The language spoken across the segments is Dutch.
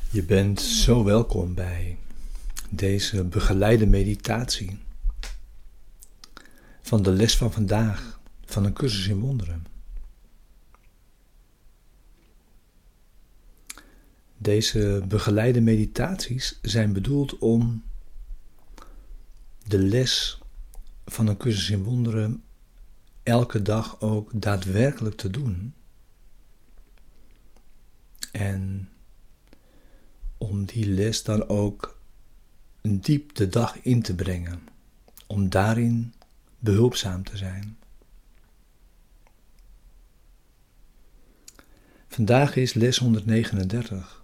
Je bent zo welkom bij deze begeleide meditatie van de les van vandaag van een cursus in wonderen. Deze begeleide meditaties zijn bedoeld om de les van een cursus in wonderen elke dag ook daadwerkelijk te doen. En om die les dan ook diep de dag in te brengen. Om daarin behulpzaam te zijn. Vandaag is les 139.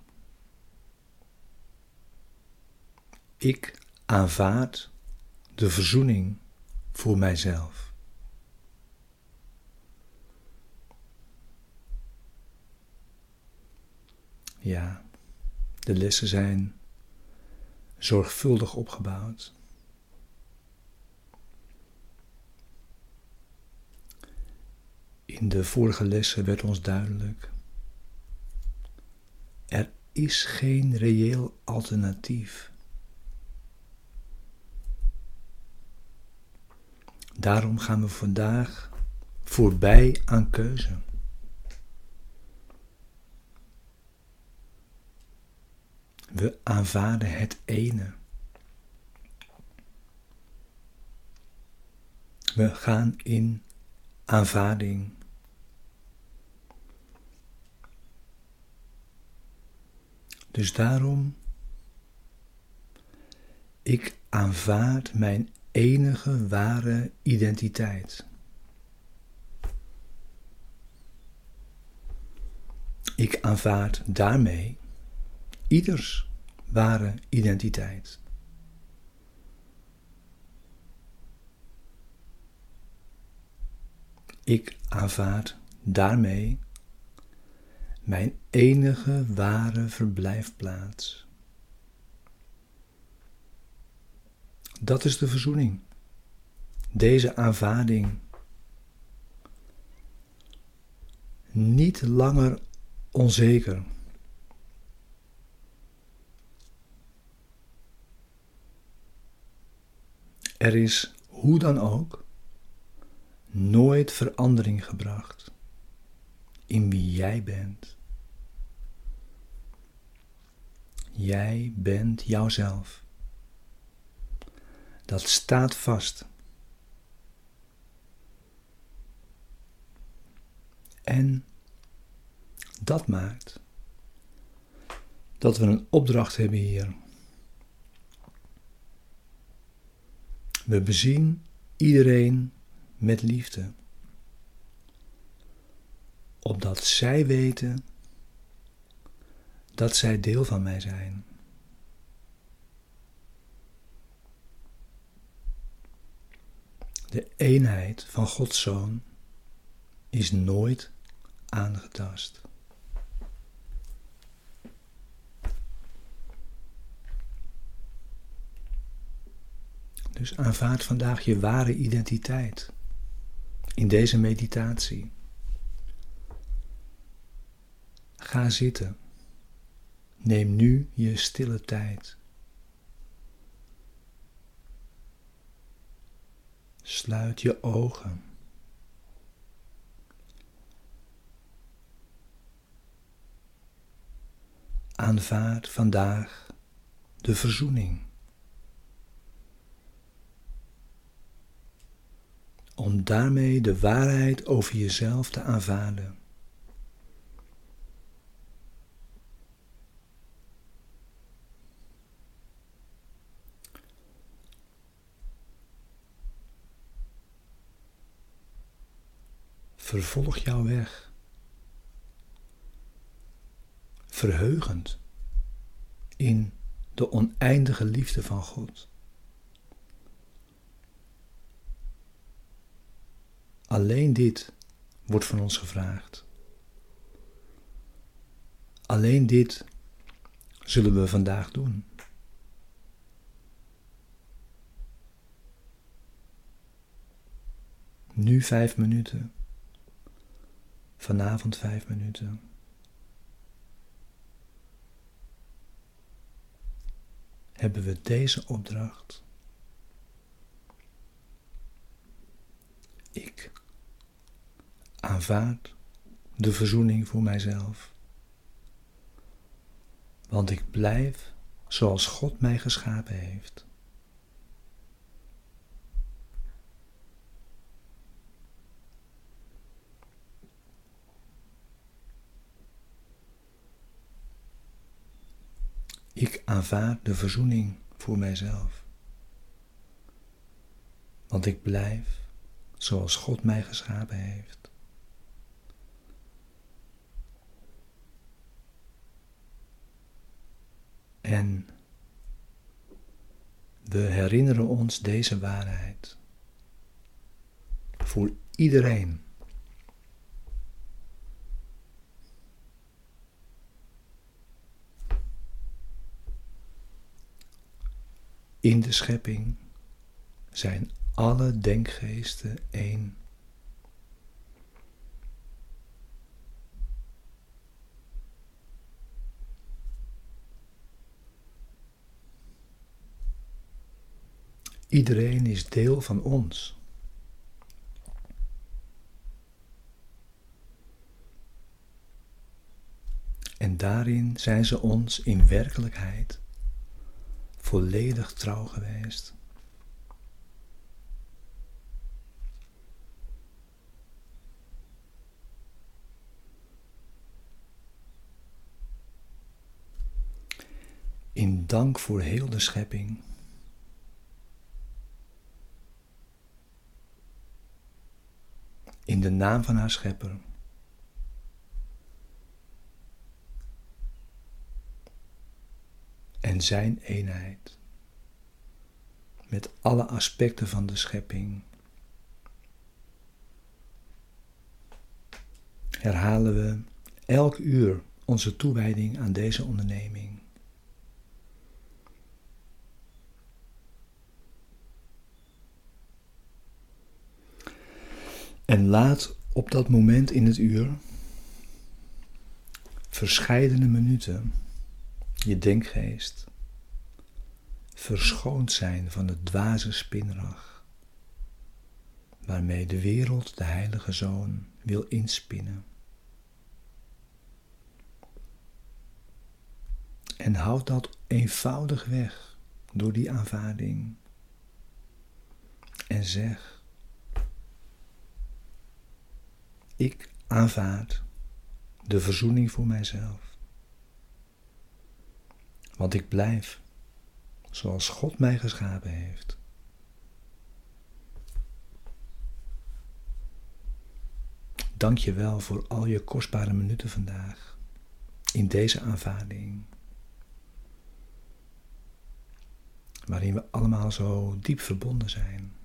Ik aanvaard de verzoening voor mijzelf. Ja, de lessen zijn zorgvuldig opgebouwd. In de vorige lessen werd ons duidelijk: er is geen reëel alternatief. Daarom gaan we vandaag voorbij aan keuze. We aanvaarden het ene. We gaan in aanvaarding. Dus daarom, ik aanvaard mijn enige ware identiteit. Ik aanvaard daarmee ieders ware identiteit. Ik aanvaard daarmee mijn enige ware verblijfplaats. Dat is de verzoening. Deze aanvaarding. Niet langer onzeker. Er is, hoe dan ook, nooit verandering gebracht in wie jij bent. Jij bent jouzelf. Dat staat vast. En dat maakt dat we een opdracht hebben hier. We bezien iedereen met liefde, opdat zij weten dat zij deel van mij zijn. De eenheid van Gods Zoon is nooit aangetast. Dus aanvaard vandaag je ware identiteit in deze meditatie. Ga zitten. Neem nu je stille tijd. Sluit je ogen. Aanvaard vandaag de verzoening. Om daarmee de waarheid over jezelf te aanvaarden. Vervolg jouw weg. Verheugend in de oneindige liefde van God. Alleen dit wordt van ons gevraagd. Alleen dit zullen we vandaag doen. Nu 5 minuten. Vanavond 5 minuten. hebben we deze opdracht. Ik aanvaard de verzoening voor mijzelf, want ik blijf zoals God mij geschapen heeft. Ik aanvaard de verzoening voor mijzelf, want ik blijf zoals God mij geschapen heeft. En we herinneren ons deze waarheid voor iedereen. In de schepping zijn alle denkgeesten één. Iedereen is deel van ons. En daarin zijn ze ons in werkelijkheid volledig trouw geweest. In dank voor heel de schepping in de naam van haar schepper en zijn eenheid met alle aspecten van de schepping herhalen we elk uur onze toewijding aan deze onderneming. En laat op dat moment in het uur, verscheidene minuten, je denkgeest verschoond zijn van het dwaze spinrag, waarmee de wereld de Heilige Zoon wil inspinnen. En houd dat eenvoudig weg door die aanvaarding. En zeg: ik aanvaard de verzoening voor mijzelf. Want ik blijf zoals God mij geschapen heeft. Dank je wel voor al je kostbare minuten vandaag in deze aanvaarding, waarin we allemaal zo diep verbonden zijn.